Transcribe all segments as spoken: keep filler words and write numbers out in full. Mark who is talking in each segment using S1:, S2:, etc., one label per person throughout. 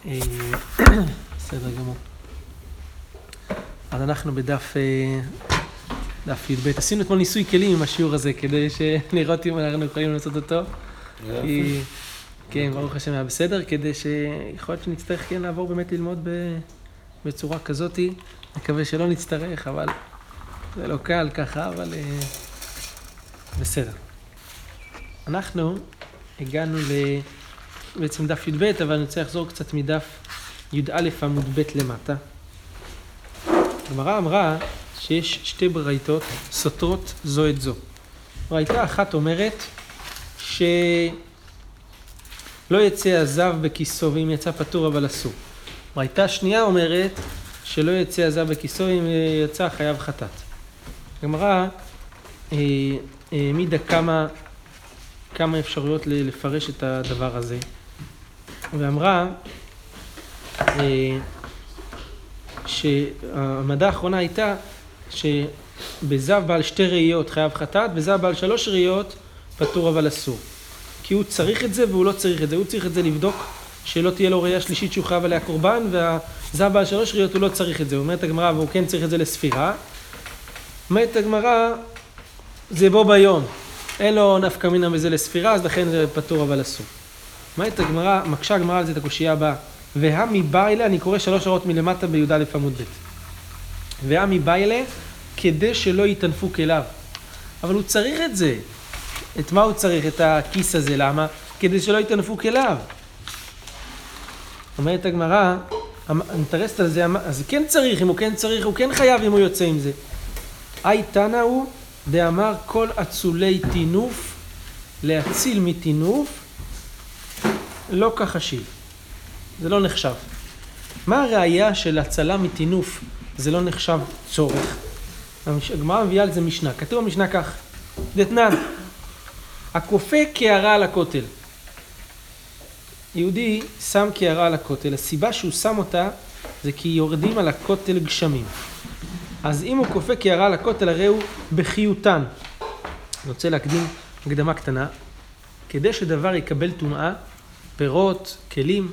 S1: בסדר גמור. אז אנחנו בדף דף י"ב. עשינו אתמול ניסוי כלים עם השיעור הזה, כדי שנראות אם אנחנו יכולים לעשות אותו. כי, כן, ברוך השם היה בסדר, כדי שיכול להיות שנצטרך כן לעבור באמת ללמוד בצורה כזאת. מקווה שלא נצטרך, אבל זה לא קל ככה, אבל בסדר. אנחנו הגענו בעצם דף י"ב, אבל אני רוצה לחזור קצת מדף י"א עמוד ב' למטה. הגמרא אמרה שיש שתי ברייתות סותרות זו את זו. ברייתה אחת אומרת שלא יצא הזב בכיסו ואם יצא פטור אבל אסור. ברייתה שנייה אומרת שלא יצא הזב בכיסו אם יצא חייב חטאת. הגמרא העמידה כמה כמה אפשרויות לפרש את הדבר הזה, ואמרה שהעמדה האחרונה הייתה שבזב בעל שתי ראיות חייב חטאת, בזב בעל שלוש ראיות פטור אבל אסור. כי הוא צריך את זה והוא לא צריך את זה, הוא צריך את זה לבדוק שלא תהיה לו ראייה שלישית שהוא חייב עליה קורבן, והזב בעל שלוש ראיות הוא לא צריך את זה. אומרת הגמרא, והוא כן צריך את זה לספירה. אומרת הגמרא, זה בו ביום. אין לו נפקא מינה מזה לספירה, אז לכן זה פטור אבל אסור. אומרת הגמרא, מקשה הגמרא על זה את הקושייה הבאה. והמי ביילה, אני קורא שלוש שעות מלמטה בי"א עמוד ב'. והמי ביילה, כדי שלא יתנפו כליו. אבל הוא צריך את זה. את מה הוא צריך? את הכיס הזה. למה? כדי שלא יתנפו כליו. אומרת הגמרא, האינטרסט על זה, אז כן צריך, אם הוא כן צריך, הוא כן חייב אם הוא יוצא עם זה. אי תנא הוא דאמר כל אצולי תינוף, להציל מתינוף, לא כחשיב. זה לא נחשב. מה הראייה של הצלה מתינוף? זה לא נחשב צורך. הגמרא מביאה על זה משנה. כתוב במשנה כך, דתנן, הכופה קערה על הכותל. יהודי שם קערה על הכותל. הסיבה שהוא שם אותה זה כי יורדים על הכותל גשמים. אז אם הוא כופה קערה על הכותל, הרי הוא בחיותן. אני רוצה להקדים הקדמה קטנה. כדי שדבר יקבל טומאה, פירות, כלים,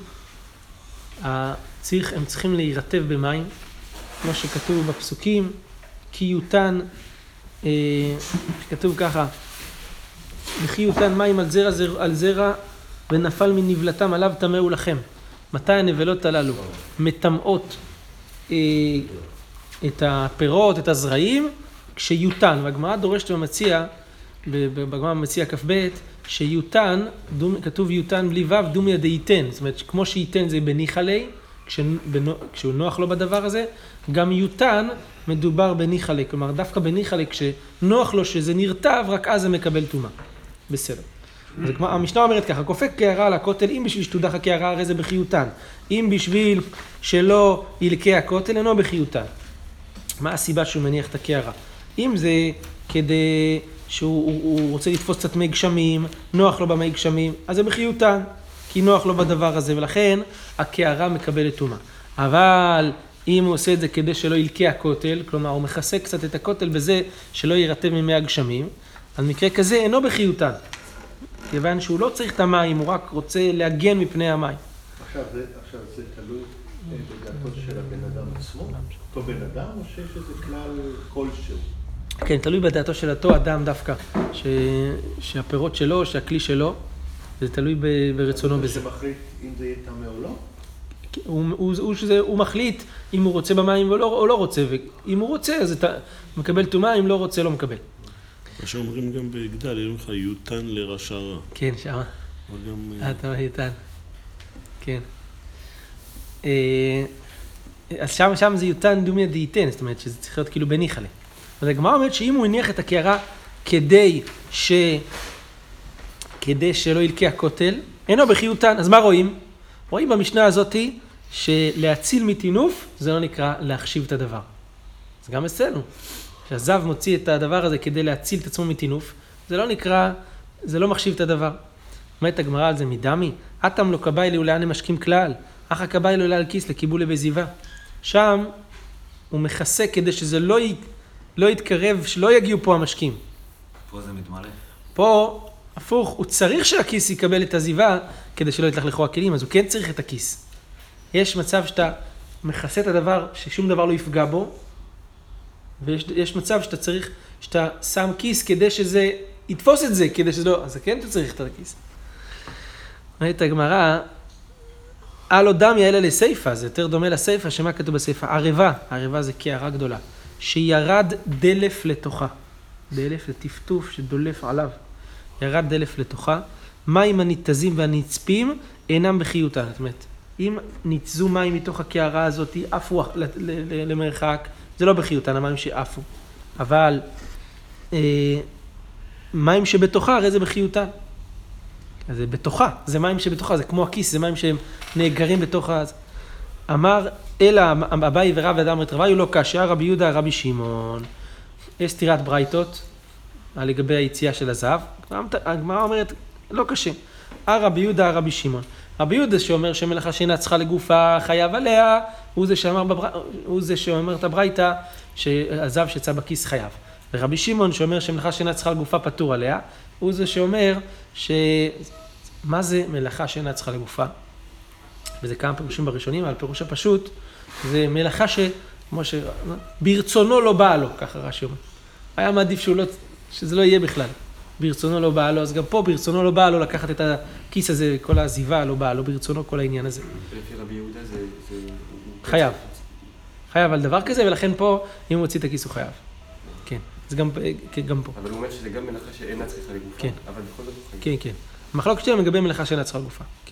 S1: צריך, הם צריכים להירטב במים, כמו שכתוב בפסוקים, קיותן, אה, כתוב ככה, בחיותן מים על זרע, זרע, על זרע ונפל מנבלתם עליו תמאו לכם. מתי הנבלות הללו מטמאות אה, את הפירות, את הזרעים, כשיותן, והגמרא דורשת ומציע, בגמרא מציע כף ב' שיותן, דום, כתוב יותן בלי ו' דומיה דייתן, זאת אומרת כמו שייתן זה בניחא ליה, כשהוא נוח לו בדבר הזה, גם יותן מדובר בניחא ליה, כלומר דווקא בניחא ליה כשנוח לו שזה נרטב, רק אז זה מקבל טומאה. בסדר. אז כמו, המשנה אומרת ככה, כופה קערה על הכותל, אם בשביל שתודח הקערה הרי זה בחיותן, אם בשביל שלא ילקה הכותל אינו בחיותן. מה הסיבה שהוא מניח את הקערה? אם זה כדי שהוא הוא, הוא רוצה לתפוס קצת מי גשמים, נוח לו במי גשמים, אז זה בחיותן, כי נוח לו בדבר הזה, ולכן הקערה מקבלת טומאה. אבל אם הוא עושה את זה כדי שלא ילקה הכותל, כלומר הוא מכסה קצת את הכותל בזה שלא יירטב ממי הגשמים, אז מקרה כזה אינו בחיותן. כיוון שהוא לא צריך את המים, הוא רק רוצה להגן מפני המים.
S2: עכשיו זה, עכשיו זה תלוי בדעתו של הבן אדם עצמו? אותו בן אדם או שיש איזה כלל כלשהו?
S1: כן, תלוי בדעתו של אותו אדם דווקא, ש... שהפירות שלו, שהכלי שלו, זה תלוי ב... ברצונו בזה.
S2: הוא שמחליט אם זה יהיה טמא או לא?
S1: הוא, הוא, הוא, שזה, הוא מחליט אם הוא רוצה במים או לא, או לא רוצה, ואם הוא רוצה אז הוא מקבל טומאה, אם לא רוצה לא מקבל.
S3: מה שאומרים גם בגדל, יהיה לך יותן לרשע רע.
S1: כן, שמה.
S3: גם...
S1: אתה יותן. כן. אז שם, שם זה יותן דומיה דייתן, זאת אומרת שזה צריך להיות כאילו בניחא ליה. אז הגמרא אומרת שאם הוא הניח את הקערה כדי ש... כדי שלא ילקה הכותל, אינו בחיותן. אז מה רואים? רואים במשנה הזאת שלהציל מתינוף זה לא נקרא להחשיב את הדבר. זה גם אצלנו. שהזב מוציא את הדבר הזה כדי להציל את עצמו מתינוף, זה לא נקרא, זה לא מחשיב את הדבר. אומרת הגמרא על זה מדמי, אתם לא קבאי לי ולאן הם משקים כלל, אך הקבאי לו על כיס לקיבול בזיווה. שם הוא מכסה כדי שזה לא, י... לא יתקרב, שלא יגיעו פה המשקים.
S4: פה זה מתמלא.
S1: פה, הפוך, הוא צריך שהכיס יקבל את הזיווה כדי שלא יתלכלכו הכלים, אז הוא כן צריך את הכיס. יש מצב שאתה מכסה את הדבר, ששום דבר לא יפגע בו, ויש יש מצב שאתה צריך, שאתה שם כיס כדי שזה, יתפוס את זה, כדי שזה לא, אז כן אתה צריך את הכיס. ראית הגמרא, אלו דמיה אלא לסייפה, זה יותר דומה לסייפה, שמה כתוב בסייפה? ערבה, ערבה זה קערה גדולה, שירד דלף לתוכה, דלף לטפטוף שדולף עליו, ירד דלף לתוכה, מים הניתזים והנצפים אינם בחיותן, זאת אומרת, אם ניתזו מים מתוך הקערה הזאת, עפו למרחק, זה לא בחיותן, המים שעפו, אבל אה, מים שבתוכה, הרי זה בחיותן. אז זה בתוכה, זה מים שבתוכה, זה כמו הכיס, זה מים שהם נאגרים בתוכה. אמר, אלא אביי ורב ואדם את רבי, הוא לא קשה, רבי יהודה, רבי שמעון. יש סתירת ברייתות, לגבי היציאה של הזהב. הגמרא אומרת, לא קשה. רבי יהודה, רבי שמעון. רבי יהודה שאומר שמלאכה שאינה צריכה לגופה חייב עליה, הוא זה שאמר, בבר... הוא זה שאומר את הברייתא, שהזהב שיצא בכיס חייב. ורבי שמעון שאומר שמלאכה שאינה צריכה לגופה פטור עליה, הוא זה שאומר ש... מה זה מלאכה שאינה צריכה לגופה? וזה כמה פירושים בראשונים, אבל פירוש הפשוט, זה מלאכה ש... כמו ש... ברצונו לא בא לו, ככה רש"י אומר. היה מעדיף שהוא לא... שזה לא יהיה בכלל. ברצונו לא בא לו, אז גם פה ברצונו לא בא לו לקחת את הכיס הזה, כל העזיבה לא בא לו, ברצונו כל העניין הזה.
S4: לפי רבי יהודה זה...
S1: חייב. חייב על דבר כזה, ולכן פה, אם הוא מוציא את הכיס הוא חייב. כן, זה גם, גם פה.
S4: אבל הוא אומר שזה גם מלאכה שאינה צריכה לגופה,
S1: כן.
S4: אבל בכל זאת הוא
S1: כן,
S4: חייב.
S1: כן. המחלוקת שלנו לגבי מלאכה שאינה צריכה לגופה. כן.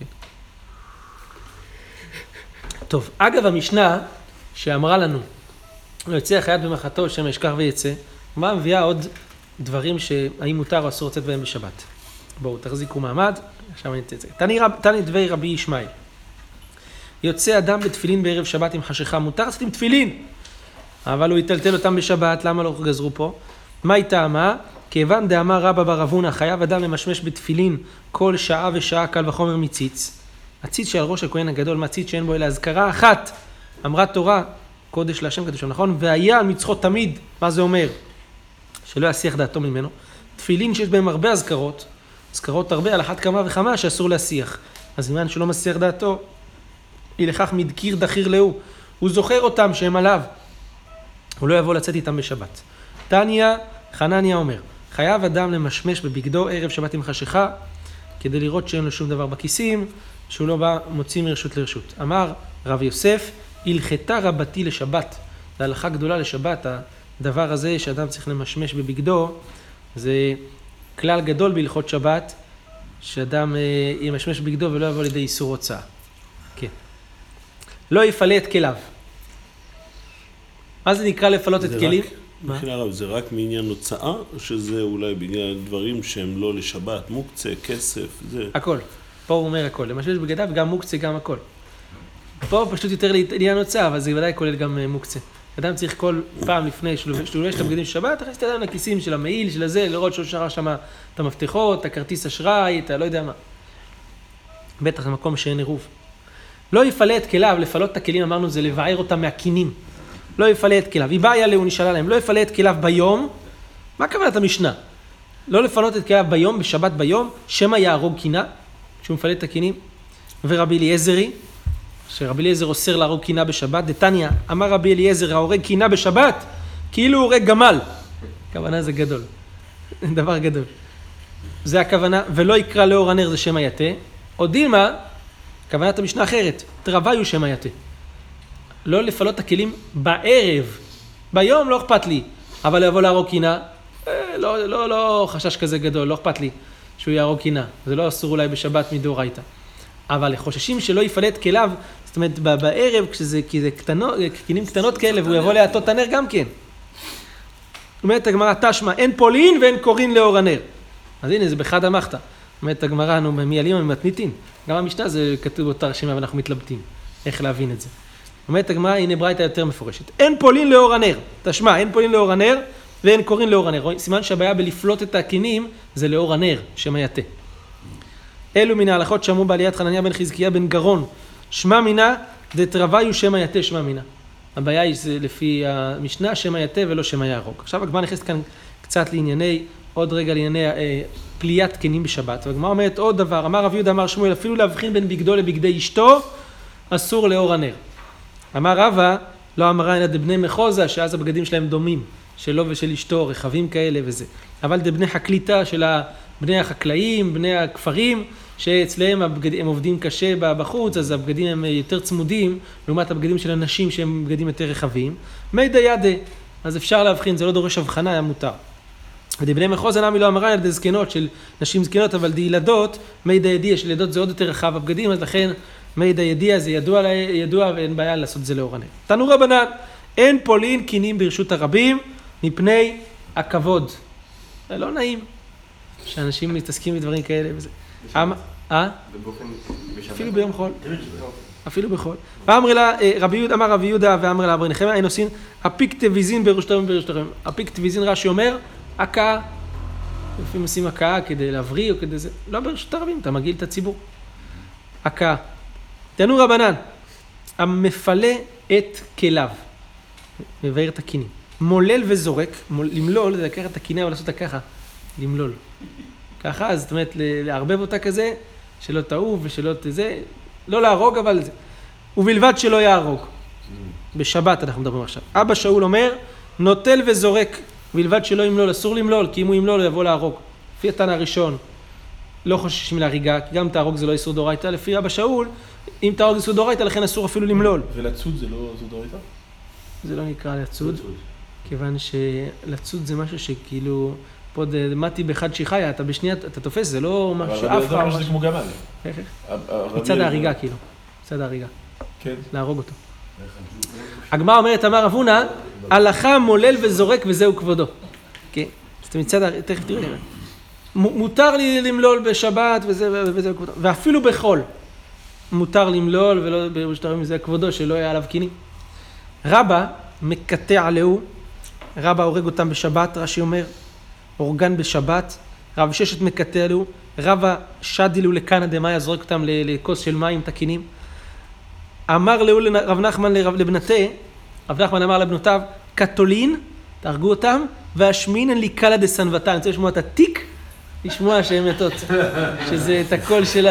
S1: טוב, אגב המשנה שאמרה לנו, לא יצא החייט במחתו שם ישכח ויצא, מה מביאה עוד דברים שהאם מותר או אסור לצאת בהם בשבת. בואו, תחזיקו מעמד, עכשיו אני אצא. תני דבי רבי ישמעאל. יוצא אדם בתפילין בערב שבת עם חשיכה, מותר לצאת עם תפילין, אבל הוא יטלטל אותם בשבת, למה לא גזרו פה? מה היא טעמה? כיוון דאמר רבא בר אבונה, חייב אדם למשמש בתפילין כל שעה ושעה קל וחומר מציץ. הציץ שעל ראש הכהן הגדול, מה ציץ שאין בו אלא אזכרה אחת, אמרה תורה, קודש להשם כתוב שם, נכון? והיה על מצחות תמיד, מה זה אומר? שלא יסיח דעתו ממנו. תפילין שיש בהם הרבה אזכרות, אזכרות הרבה על אחת כמה וכמה שאסור להסיח. אז זמן שלא מסיח דעתו, היא לכך מדקיר דחיר לאו. הוא זוכר אותם שהם עליו. הוא לא יבוא לצאת איתם בשבת. תניא, חנניה אומר, חייב אדם למשמש בבגדו ערב שבת עם חשיכה, כדי לראות שאין לו שום דבר בכיסים, שהוא לא בא מוציא מרשות לרשות. אמר רב יוסף, הלכתה רבתי לשבת. זה הלכה גדולה לשבת, הדבר הזה שאדם צריך למשמש בבגדו, זה כלל גדול בהלכות שבת, שאדם ימשמש בבגדו ולא יבוא לידי איסור הוצאה. כן. לא יפלה את כליו. מה זה נקרא לפלות את כלים?
S3: מכיל הרב, זה רק מעניין הוצאה, או שזה אולי בגלל דברים שהם לא לשבת, מוקצה, כסף, זה...
S1: הכל. פה הוא אומר הכל. למשמש בגדיו גם מוקצה, גם הכל. פה פשוט יותר לעניין הוצאה, אבל זה ודאי כולל גם מוקצה. אדם צריך כל פעם לפני שהוא לובש את הבגדים של שבת, תכניס את האדם לכיסים של המעיל, של הזה, לראות שהוא שרה שם את המפתחות, את הכרטיס אשראי, את הלא יודע מה. בטח זה מקום שאין עירוב. לא יפלה את כליו, לפלות את הכלים, אמרנו, זה לבער אותם מהקינים. לא יפלה את כליו. היא באה אליה, הוא נשאלה להם, לא יפלה את כליו ביום. מה כוונת המשנה? לא לפלות את כליו ביום, בשבת ביום, שמא יהרוג קינה, כשהוא מפלה את הקינים. ורבי אליעזרי, שרבי אליעזר אוסר להרוג קינה בשבת, דתניא, אמר רבי אליעזר, ההורג קינה בשבת, כאילו הוא הורג גמל. הכוונה זה גדול. דבר גדול. זה הכוונה, ולא יקרא לאור הנר, זה שם היתה. או דילמה, כוונת המשנה אחרת, תרוויו שם היתה. לא לפלות את הכלים בערב. ביום לא אכפת לי, אבל לבוא להרוג קינה, לא, לא, לא חשש כזה גדול, לא אכפת לי שהוא יהרוג קינה. זה לא אסור אולי בשבת מדאורייתא. אבל חוששים שלא יפלה את כליו, זאת אומרת, בערב, כשזה קטנות, קינים קטנות כאלה, והוא יבוא להטות את הנר גם כן. אומרת הגמרא, תשמע, אין פולין ואין קורין לאור הנר. אז הנה, זה בחד המחתא. אומרת הגמרא, נו, מי עלים ומתניתין. גם המשנה זה כתוב באותה רשימה, ואנחנו מתלבטים. איך להבין את זה. אומרת הגמרא, הנה ברייתא יותר מפורשת. אין פולין לאור הנר. תשמע, אין פולין לאור הנר, ואין קורין לאור הנר. סימן שהבעיה בלפלוט את הקינים, זה לאור הנר, שם היתה. אלו מן ההלכות שאמרו בעליית חנניה בן חזקיה בן גרון, שמע מינה דתרוויו שם היתה שמע מינה. הבעיה היא זה לפי המשנה שם היתה ולא שם היהרוג. עכשיו הגמרא נכנסת כאן קצת לענייני, עוד רגע לענייני אה, פליית קנים בשבת. והגמרא אומרת עוד דבר, אמר רב יהודה אמר שמואל, אפילו להבחין בין בגדו לבגדי אשתו, אסור לאור הנר. אמר רבא, לא אמרה אלא דבני מחוזה, שאז הבגדים שלהם דומים, שלו ושל אשתו, רחבים כאלה וזה. אבל דבני חקליטה של בני החקלאים, בני הכפרים, שאצלהם הבגדים, הם עובדים קשה בחוץ, אז הבגדים הם יותר צמודים, לעומת הבגדים של הנשים שהם בגדים יותר רחבים. מידא ידע, אז אפשר להבחין, זה לא דורש הבחנה, היה מותר. ודבני מחוזה נמי לא אמרה אלא זקנות של נשים זקנות, אבל דילדות, מידא ידיע, של ילדות זה עוד יותר רחב הבגדים, אז לכן מידע ידיע זה ידוע, ידוע ואין בעיה לעשות זה לאור הנר. תנו רבנן, אין פולין קינים ברשות הרבים מפני הכבוד. זה לא נעים שאנשים מתעסקים בדברים כאלה וזה. אה? אפילו ביום חול. אפילו בחול. ואמר לה, רבי יהודה, אמר רבי יהודה ואמר לה אברי נחמיה, אין עושים אפיק תוויזין ברשות הרבים ברשות הרבים. אפיק תוויזין רש"י אומר, הכאה. לפעמים עושים הכאה כדי להבריא או כדי זה. לא ברשות הרבים, אתה מגעיל את הציבור. הכאה. תנו רבנן, המפלה את כליו, מבאר את הקינים. מולל וזורק, מול, למלול, זה לקחת את הקינה ולעשות אותה ככה, למלול. ככה, אז זאת אומרת, לערבב אותה כזה, שלא תעוף ושלא תזה, לא להרוג, אבל זה. ובלבד שלא יהרוג. בשבת אנחנו מדברים עכשיו. אבא שאול אומר, נוטל וזורק, בלבד שלא ימלול, אסור למלול, כי אם הוא ימלול, הוא יבוא להרוג. לפי התנא הראשון, לא חוששים להריגה, כי גם תהרוג זה לא איסור דאורייתא, לפי אבא שאול, אם תהרוג איסור דאורייתא, לכן אסור אפילו למלול.
S3: ולצוד זה לא איסור דאורייתא?
S1: זה לא נקרא לצוד, כיוון שלצוד זה משהו שכאילו, פה דמתי באחד שחיה, אתה בשנייה, אתה תופס, זה לא משהו שאף
S3: אבל זה אומר שזה כמו גמל.
S1: מצד ההריגה כאילו, מצד ההריגה.
S3: כן.
S1: להרוג אותו. הגמרא אומרת, אמר רב הונא, הלכה מולל וזורק וזהו כבודו. כן, אז אתה מצד, תכף תראו נראה. מותר לי למלול בשבת וזהו כבודו, ואפילו בחול. מותר למלול ולא ברשות הרבים זה כבודו, שלא יהיה עליו קינים. רבא מקטע עליהו, רבא הורג אותם בשבת, רש"י אומר, אורגן בשבת, רב ששת מקטע עליהו, רבא שדילו לכאן דמאי, זורק אותם לכוס של מים תקינים. אמר לו רב נחמן לבנתה, רב נחמן אמר לבנותיו, קטולין, תהרגו אותם, והשמינן לי קלה דסנבתה, אני רוצה לשמוע את התיק, לשמוע שהן מתות, שזה את הקול שלה,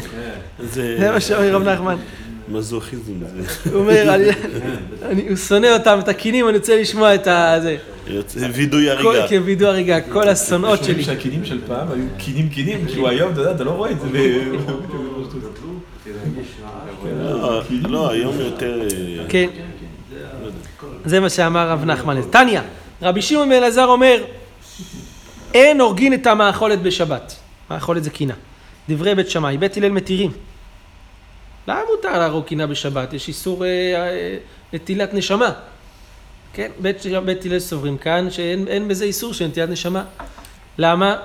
S1: זה מה שאומר רב נחמן.
S3: מזוכיזם זה.
S1: הוא אומר, הוא שונא אותם, את הקינים, אני רוצה לשמוע את זה.
S3: וידוי הריגה.
S1: כן, וידוי הריגה, כל השונאות שלי.
S5: חושבים שהקינים של פעם היו קינים קינים, כאילו היום, אתה יודע, אתה לא רואה את זה.
S3: לא, היום יותר...
S1: כן, זה מה שאמר רב נחמן. תניא, רבי שמעון בן אלעזר אומר, אין הורגין את המאכולת בשבת. מאכולת זה קינה. דברי בית שמאי, בית הלל מתירים. למה מותר להרוג קינה בשבת? יש איסור אה, אה, נטילת נשמה. כן, בית, בית הלל סוברים כאן שאין אין בזה איסור של נטילת נשמה. למה?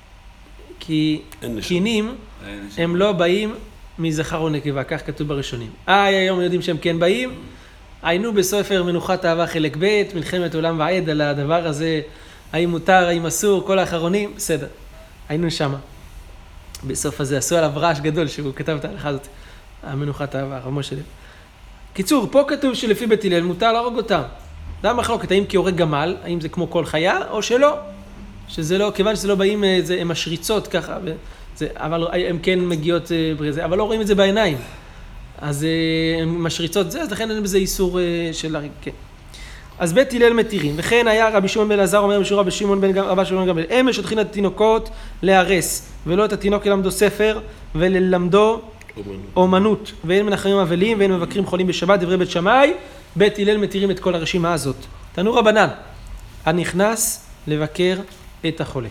S1: כי קינים הם לא באים מזכר או נקבה, כך כתוב בראשונים. אה, היום יודעים שהם כן באים. היינו בספר מנוחת אהבה חלק ב', מלחמת עולם ועד על הדבר הזה, האם מותר, האם אסור, כל האחרונים, בסדר. היינו שמה. בסוף הזה עשו עליו רעש גדול שהוא כתב את ההלכה הזאת. המנוחת אהבה, הרב משה לב. קיצור, פה כתוב שלפי בית הלל מותר להרוג אותם. זה המחלוקת, האם כהורג גמל, האם זה כמו כל חיה, או שלא. שזה לא, כיוון שזה לא באים, זה, הם משריצות ככה, וזה, אבל הם כן מגיעות, אבל לא רואים את זה בעיניים. אז הם משריצות זה, אז לכן אין בזה איסור של הריג, כן. אז בית הלל מתירים, וכן היה רבי שמעון בן אלעזר אומר בשור רבי שמעון בן רבא שמעון גמליאל, הם משטחין את התינוקות להרס, ולא את התינוק ללמדו ספר, וללמדו אומנות, ואין מנחמים אבלים, ואין מבקרים חולים בשבת, דברי בית שמאי, בית הלל מתירים את כל הרשימה הזאת. תנו רבנן, הנכנס לבקר את החולה.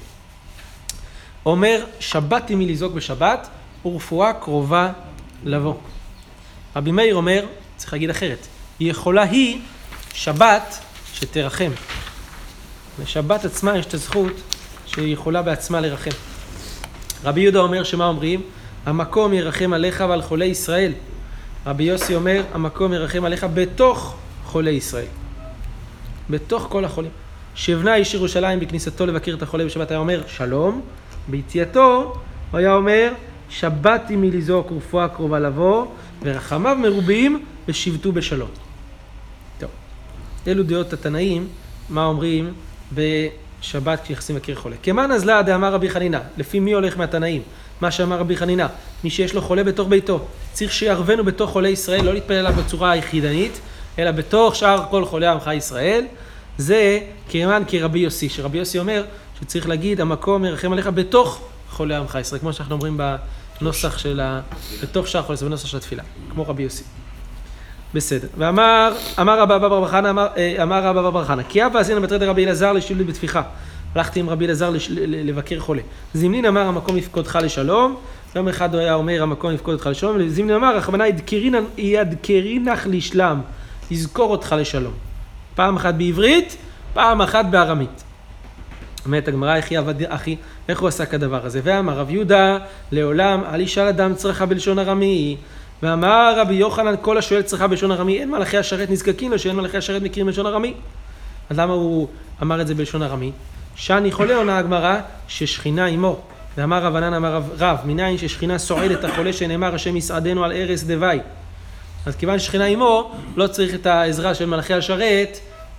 S1: אומר, שבת היא מלזעוק בשבת, ורפואה קרובה לבוא. רבי מאיר אומר, צריך להגיד אחרת, היא יכולה היא שבת שתרחם. לשבת עצמה יש את הזכות שהיא יכולה בעצמה לרחם. רבי יהודה אומר שמה אומרים? המקום ירחם עליך ועל חולי ישראל. רבי יוסי אומר, המקום ירחם עליך בתוך חולי ישראל. בתוך כל החולים. שבנה איש ירושלים בכניסתו לבקר את החולה בשבת היה אומר שלום, ביציאתו הוא היה אומר שבתי מלזעוק ורפואה קרובה לבוא, ורחמיו מרובים ושבתו בשלום. טוב, אלו דעות התנאים, מה אומרים בשבת כשיחסים לבקר חולה. כמן אז לה דאמר רבי חנינא, לפי מי הולך מהתנאים? מה שאמר רבי חנינה, מי שיש לו חולה בתוך ביתו, צריך שיערבנו בתוך חולי ישראל, לא להתפלל עליו בצורה היחידנית, אלא בתוך שאר כל חולי עמך ישראל. זה כמען כרבי יוסי, שרבי יוסי אומר שצריך להגיד, המקום ירחם עליך בתוך חולי עמך ישראל, כמו שאנחנו אומרים בנוסח של ה... בתוך שאר חולי ישראל, בנוסח של התפילה, כמו רבי יוסי. בסדר. ואמר, אמר רבא בר חנא, אמר, אמר רבא בר חנא, כי אבא עשינו בתרד רבי אלעזר לשילוד בתפיחה. הלכתי עם רבי אלעזר לש... לבקר חולה. זמנין אמר, המקום יפקודך לשלום. יום אחד הוא היה אומר, המקום יפקוד אותך לשלום. וזמנין אמר, רחמנא ידקרינך לשלם, יזכור אותך לשלום. פעם אחת בעברית, פעם אחת בארמית. אומרת הגמרא, איך עבד אחי, איך הוא עשה כדבר הזה? ואמר רב יהודה, לעולם, אל ישאל אדם צרכה בלשון ארמי. ואמר רבי יוחנן, כל השואל צרכה בלשון ארמי, אין מלאכי השרת נזקקים לו, שאין מלאכי השרת מכירים בלשון ארמי. אז למה הוא אמר את זה בלשון ארמי? שאני חולה, עונה הגמרא, ששכינה עמו. ואמר רב ענן, אמר רב, רב, מניין ששכינה סועדת החולה, שנאמר השם יסעדנו על ערש דווי. אז כיוון ששכינה עמו, לא צריך את העזרה של מלאכי השרת,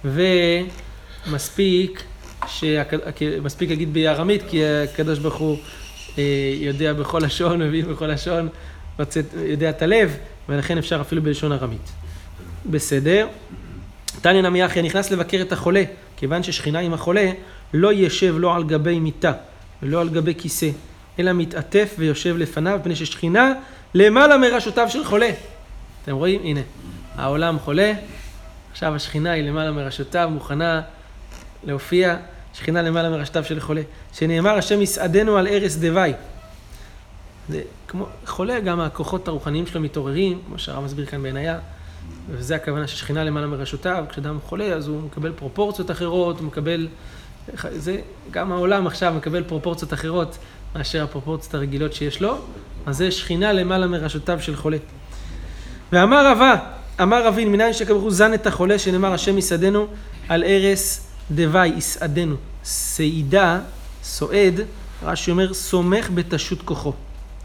S1: ומספיק, מספיק להגיד בארמית, כי הקדוש ברוך הוא יודע בכל לשון, מבין בכל לשון, יודע את הלב, ולכן אפשר אפילו בלשון ארמית. בסדר. תניא נמי אחי, נכנס לבקר את החולה, כיוון ששכינה עם החולה, לא ישב לא על גבי מיטה, ולא על גבי כיסא, אלא מתעטף ויושב לפניו, פני ששכינה למעלה מראשותיו של חולה. אתם רואים? הנה, העולם חולה, עכשיו השכינה היא למעלה מראשותיו, מוכנה להופיע, שכינה למעלה מראשותיו של חולה. שנאמר, השם יסעדנו על ערש דווי. זה כמו חולה, גם הכוחות הרוחניים שלו מתעוררים, כמו שהרב מסביר כאן בעינייה, וזה הכוונה ששכינה למעלה מראשותיו. כשאדם חולה, אז הוא מקבל פרופורציות אחרות, הוא מקבל, זה, גם העולם עכשיו מקבל פרופורציות אחרות, מאשר הפרופורציות הרגילות שיש לו, אז זה שכינה למעלה מראשותיו של חולה. ואמר רבא, אמר רבין, מניין שקברו זן את החולה, שנאמר השם יסעדנו על ערש דווי, יסעדנו. סעידה, סועד, רש"י אומר, סומך בתשות כוחו.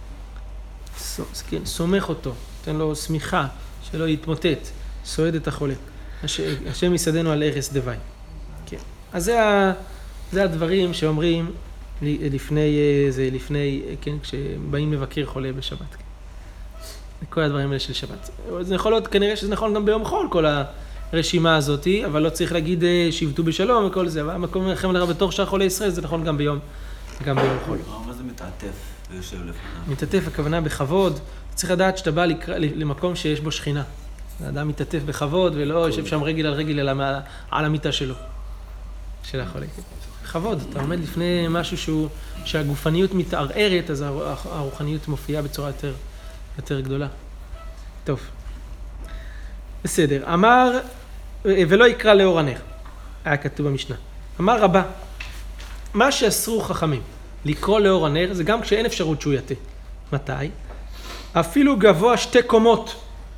S1: כן, סומך אותו, תן לו סמיכה, שלא יתמוטט, סועד את החולה. השם יסעדנו על ערש דווי. כן. אז זה, ה, זה הדברים שאומרים לפני, זה לפני, כן, כשבאים לבקר חולה בשבת. כן. כל הדברים האלה של שבת. זה יכול להיות, כנראה שזה נכון גם ביום חול, כל הרשימה הזאת, אבל לא צריך להגיד שבטו בשלום וכל זה, אבל המקום לכם לרב בתוך שאר חולי ישראל, זה נכון גם ביום, גם ביום חול.
S5: מה זה מתעטף ויושב לפניו?
S1: מתעטף, הכוונה בכבוד. צריך לדעת שאתה בא למקום שיש בו שכינה. האדם מתעטף בכבוד ולא יושב שם רגל על רגל, אלא על המיטה שלו, של החולה. בכבוד, אתה עומד לפני משהו שהוא, שהגופניות מתערערת, אז הרוחניות מופיעה בצורה יותר, יותר גדולה. טוב. בסדר. אמר, ולא יקרא לאור הנר. היה כתוב במשנה. אמר רבא, מה שאסרו חכמים לקרוא לאור הנר, זה גם כשאין אפשרות שהוא יתה. מתי? אפילו גבוה שתי קומות,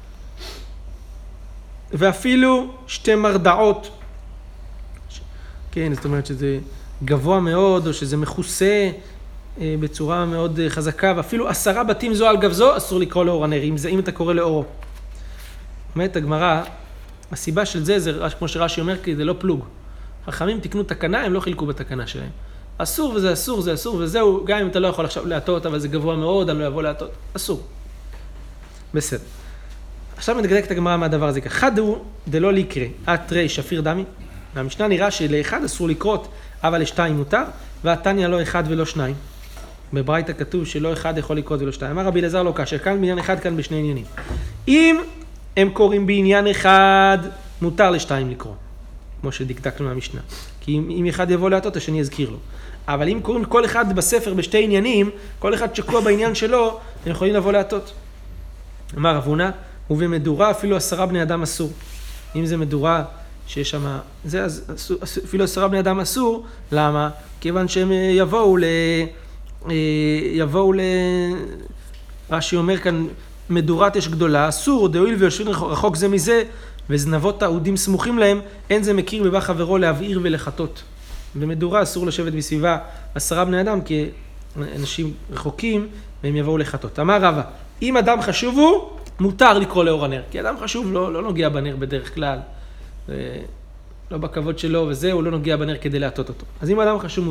S1: ואפילו שתי מרדעות. כן, זאת אומרת שזה גבוה מאוד, או שזה מכוסה בצורה מאוד חזקה, ואפילו עשרה בתים זו על גב זו, אסור לקרוא לאור הנר, אם, זה, אם אתה קורא לאורו. אומרת הגמרא, הסיבה של זה, זה כמו שרש"י אומר, כי זה לא פלוג. חכמים תקנו תקנה, הם לא חילקו בתקנה שלהם. אסור וזה אסור, זה אסור וזהו, גם אם אתה לא יכול עכשיו להטות, אבל זה גבוה מאוד, אני לא אבוא להטות, אסור. בסדר. עכשיו מדקדק את הגמרא מהדבר הזה. חד הוא דלא לקרא, את רי שפיר דמי. והמשנה נראה שלאחד אסור לקרות, אבל לשתיים מותר, והתניא לא אחד ולא שניים. בברייתא כתוב שלא אחד יכול לקרות ולא שתיים. אמר רבי אלעזר לא כאשר כאן בעניין אחד, כאן בשני עניינים. אם הם קוראים בעניין אחד, מותר לשתיים לקרוא. כמו שדקדקנו מהמשנה. כי אם, אם אחד יבוא להטות, השני יזכיר לו. אבל אם קוראים כל אחד בספר בשתי עניינים, כל אחד שקוע בעניין שלו, הם יכולים לבוא להטות. אמר רב הונא, ובמדורה אפילו עשרה בני אדם אסור. אם זה מדורה שיש שם, זה אז אסור, אפילו עשרה בני אדם אסור, למה? כיוון שהם יבואו ל... יבואו ל... רש"י אומר כאן, מדורת אש גדולה, אסור, דהואיל ויושבים רחוק זה מזה, וזנבות העודים סמוכים להם, אין זה מכיר בבא חברו להבעיר ולחטות. במדורה אסור לשבת בסביבה עשרה בני אדם, כי אנשים רחוקים, והם יבואו לחטות. אמר רבא, אם אדם חשוב הוא, מותר לקרוא לאור הנר, כי אדם חשוב לא, לא נוגע בנר בדרך כלל, לא בכבוד שלו וזהו, לא נוגע בנר כדי להטות אותו. אז אם אדם חשוב מותר.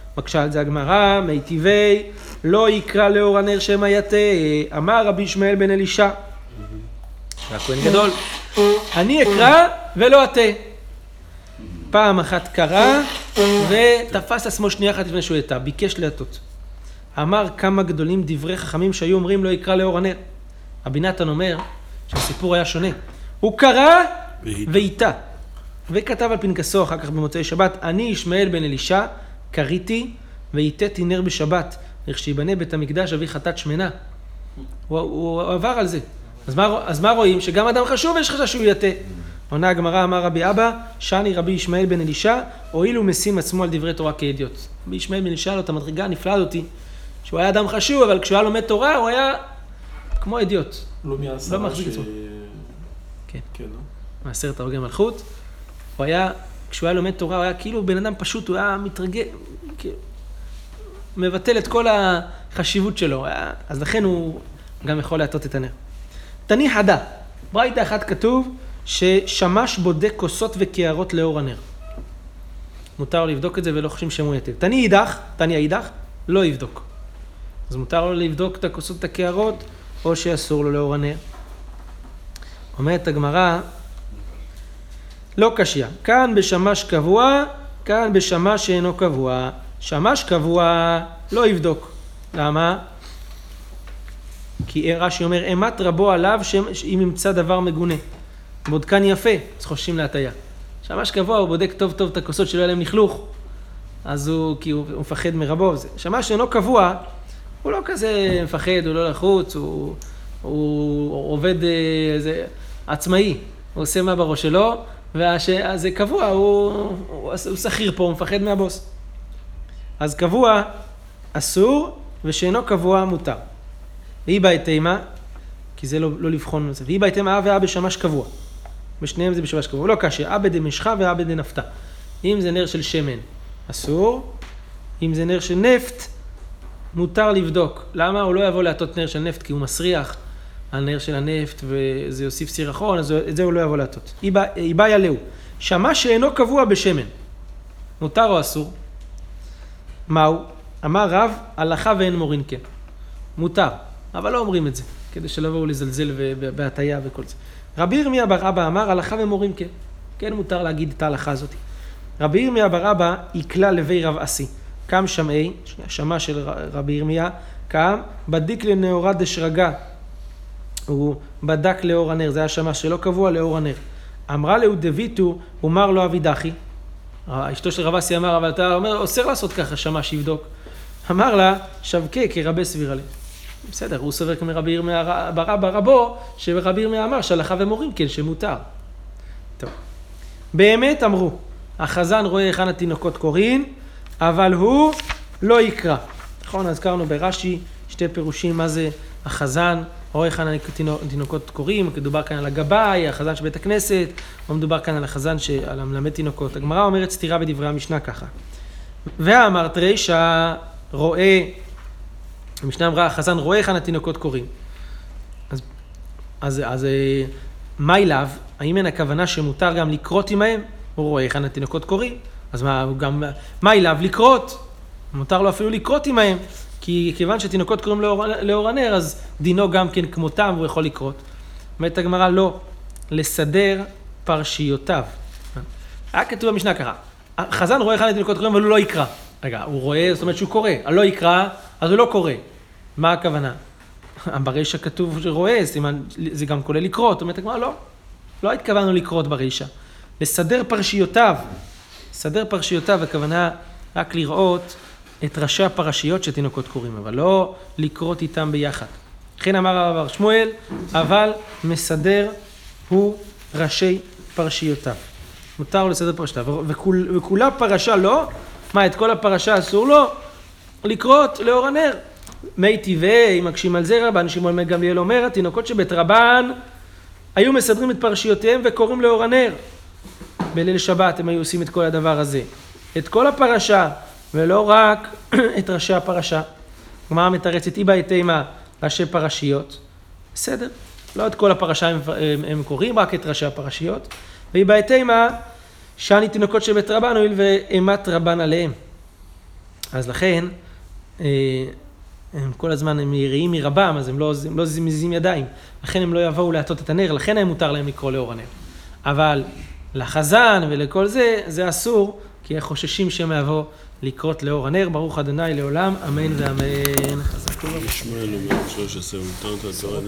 S1: מקשה על זה הגמרא, מיטיבי, לא יקרא לאור הנר שם היתה, אמר רבי ישמעאל בן אלישע, הכהן גדול, אני אקרא ולא אתה. פעם אחת קרא ותפס עצמו שנייה אחת לפני שהוא יתה, ביקש להטות. אמר כמה גדולים דברי חכמים שהיו אומרים לא יקרא לאור הנר. רבי נתן אומר שהסיפור היה שונה. הוא קרא ואיתה. וכתב על פנקסו אחר כך במוצאי שבת, אני ישמעאל בן אלישע, קריתי ואיתתי נר בשבת, איך שיבנה בית המקדש אבי חטאת שמנה. הוא, הוא עבר על זה. אז מה, אז מה רואים? שגם אדם חשוב יש חשש שהוא יתה. עונה הגמרא, אמר רבי אבא, שאני רבי ישמעאל בן אלישע, הואיל ומשים עצמו על דברי תורה כאידיוט. רבי ישמעאל בן אלישע לו את המדרגה הנפלאה אותי, שהוא היה אדם חשוב, אבל כשהוא היה לומד תורה, הוא היה כמו אידיוט.
S3: לא מהעשרה
S1: לא מחזיק עצמו.
S3: כן. כן, לא?
S1: מעשרת הרוגי מלכות. הוא היה, כשהוא היה לומד תורה, הוא היה כאילו בן אדם פשוט, הוא היה מתרגל, כאילו, מבטל את כל החשיבות שלו. היה, אז לכן הוא גם יכול להטות את הנר. תני חדה, ברייתא אחת כתוב ששמש בודק כוסות וקערות לאור הנר. מותר לו לבדוק את זה ולא חושבים שמו יתב. תני אידך, תני האידך, לא יבדוק. אז מותר לו לבדוק את הכוסות את הקערות, או שאסור לו לאור הנר. אומרת הגמרא, לא קשיא, כאן בשמש קבוע, כאן בשמש שאינו קבוע. שמש קבוע לא יבדוק. למה? כי רש"י אומר, אימת רבו עליו שאם ימצא דבר מגונה. בודקן יפה, אז חוששים להטיה. שמש קבוע הוא בודק טוב טוב את הכוסות שלא יהיה להם לכלוך. אז הוא, כי הוא, הוא מפחד מרבו. שמש שאינו קבוע, הוא לא כזה מפחד, הוא לא לחוץ, הוא, הוא עובד זה, עצמאי. הוא עושה מה בראש שלו, וזה קבוע, הוא, הוא, הוא שכיר פה, הוא מפחד מהבוס. אז קבוע אסור, ושאינו קבוע מותר. והיא בהתאמה, כי זה לא, לא לבחון את זה. והיא בהתאמה, אב ואב בשמש קבוע. בשניהם זה בשמש קבוע. לא קשה, אבא דמשחה ואבא דנפתה. אם זה נר של שמן, אסור. אם זה נר של נפט, מותר לבדוק. למה? הוא לא יבוא להטות נר של נפט, כי הוא מסריח על נר של הנפט, וזה יוסיף סירחון, אז את זה הוא לא יבוא להטות. היא באה ילאו. שמש שאינו קבוע בשמן. מותר או אסור? מהו? אמר רב, הלכה ואין מורין כן. מותר. אבל לא אומרים את זה, כדי שלא יבואו לזלזל בהטיה וכל זה. רבי ירמיה בר אבא אמר, הלכה ומורים כן. כן מותר להגיד את ההלכה הזאת. רבי ירמיה בר אבא יקלה לבי רב אסי. קם שמעי, שמע של רבי ירמיה, קם, בדיק לנאורה דשרגה. הוא בדק לאור הנר, זה היה שמע שלא קבוע לאור הנר. אמרה לו דביתו, אומר לו אבידחי. אשתו של רב אסי אמר, אבל אתה אומר, אוסר לעשות ככה, שמע שיבדוק. אמר לה, שבקה כרבה סבירה לי. בסדר, הוא סובר כמרבי ירמיה בר אבא רבו, שרבי ירמיה אמר שהלכה ומורים כן שמותר. טוב. באמת אמרו, החזן רואה היכן התינוקות קוראים, אבל הוא לא יקרא. נכון, אז קראנו ברש"י שתי פירושים מה זה החזן, רואה היכן התינוקות קוראים, מדובר כאן על הגבאי, החזן של בית הכנסת, או מדובר כאן על החזן על המלמד תינוקות. הגמרא אומרת סתירה בדברי המשנה ככה. ואמרת רישא רואה, המשנה אמרה, החזן רואה היכן התינוקות קוראים. אז, אז, אז מה אליו? האם אין הכוונה שמותר גם לקרות עמהם? הוא רואה היכן התינוקות קוראים. אז מה, גם, מה אליו? לקרות. מותר לו אפילו לקרות עמהם. כי כיוון שתינוקות קוראים לאור, לאור הנר, אז דינו גם כן כמותם, הוא יכול לקרות. אומרת הגמרא, לא. לסדר פרשיותיו. היה כתוב במשנה ככה. החזן רואה היכן התינוקות קוראים, אבל הוא לא יקרא. רגע, הוא רואה, זאת אומרת שהוא קורא. הלא יקרא, אז הוא לא קורא. מה הכוונה? ברישא כתוב שרואה, זה גם כולל לקרות. זאת אומרת, לא, לא התכוונו לקרות ברישא. לסדר פרשיותיו. לסדר פרשיותיו, הכוונה רק לראות את ראשי הפרשיות שתינוקות קוראים, אבל לא לקרות איתם ביחד. לכן אמר הרב שמואל, אבל מסדר הוא ראשי פרשיותיו. מותר לו לסדר פרשיותיו. וכול, וכולה פרשה לא, מה, את כל הפרשה אסור לו? לקרות לאור הנר. מי טבעי, מקשים על זה רבן, שמואל בן גמליאל אומר, התינוקות שבית רבן היו מסדרים את פרשיותיהם וקוראים לאור הנר. בליל שבת הם היו עושים את כל הדבר הזה. את כל הפרשה, ולא רק את ראשי הפרשה. גמרא מתרצת, היא בהתאמה ראשי פרשיות. בסדר, לא את כל הפרשה הם, הם, הם קוראים, רק את ראשי הפרשיות. והיא בהתאמה שאני תינוקות של בית רבן, הואיל ואימת רבן עליהם. אז לכן, אה, הם כל הזמן, הם יראים מרבם, אז הם לא, הם לא מזיזים ידיים. לכן הם לא יבואו להטות את הנר, לכן הם מותר להם לקרוא לאור הנר. אבל לחזן ולכל זה, זה אסור, כי הם חוששים שהם יבואו לקרות לאור הנר. ברוך ה' לעולם, אמן ואמן. חזק וברוך.
S3: ישמעאל אומר שלוש עשרה, ונתן את התורה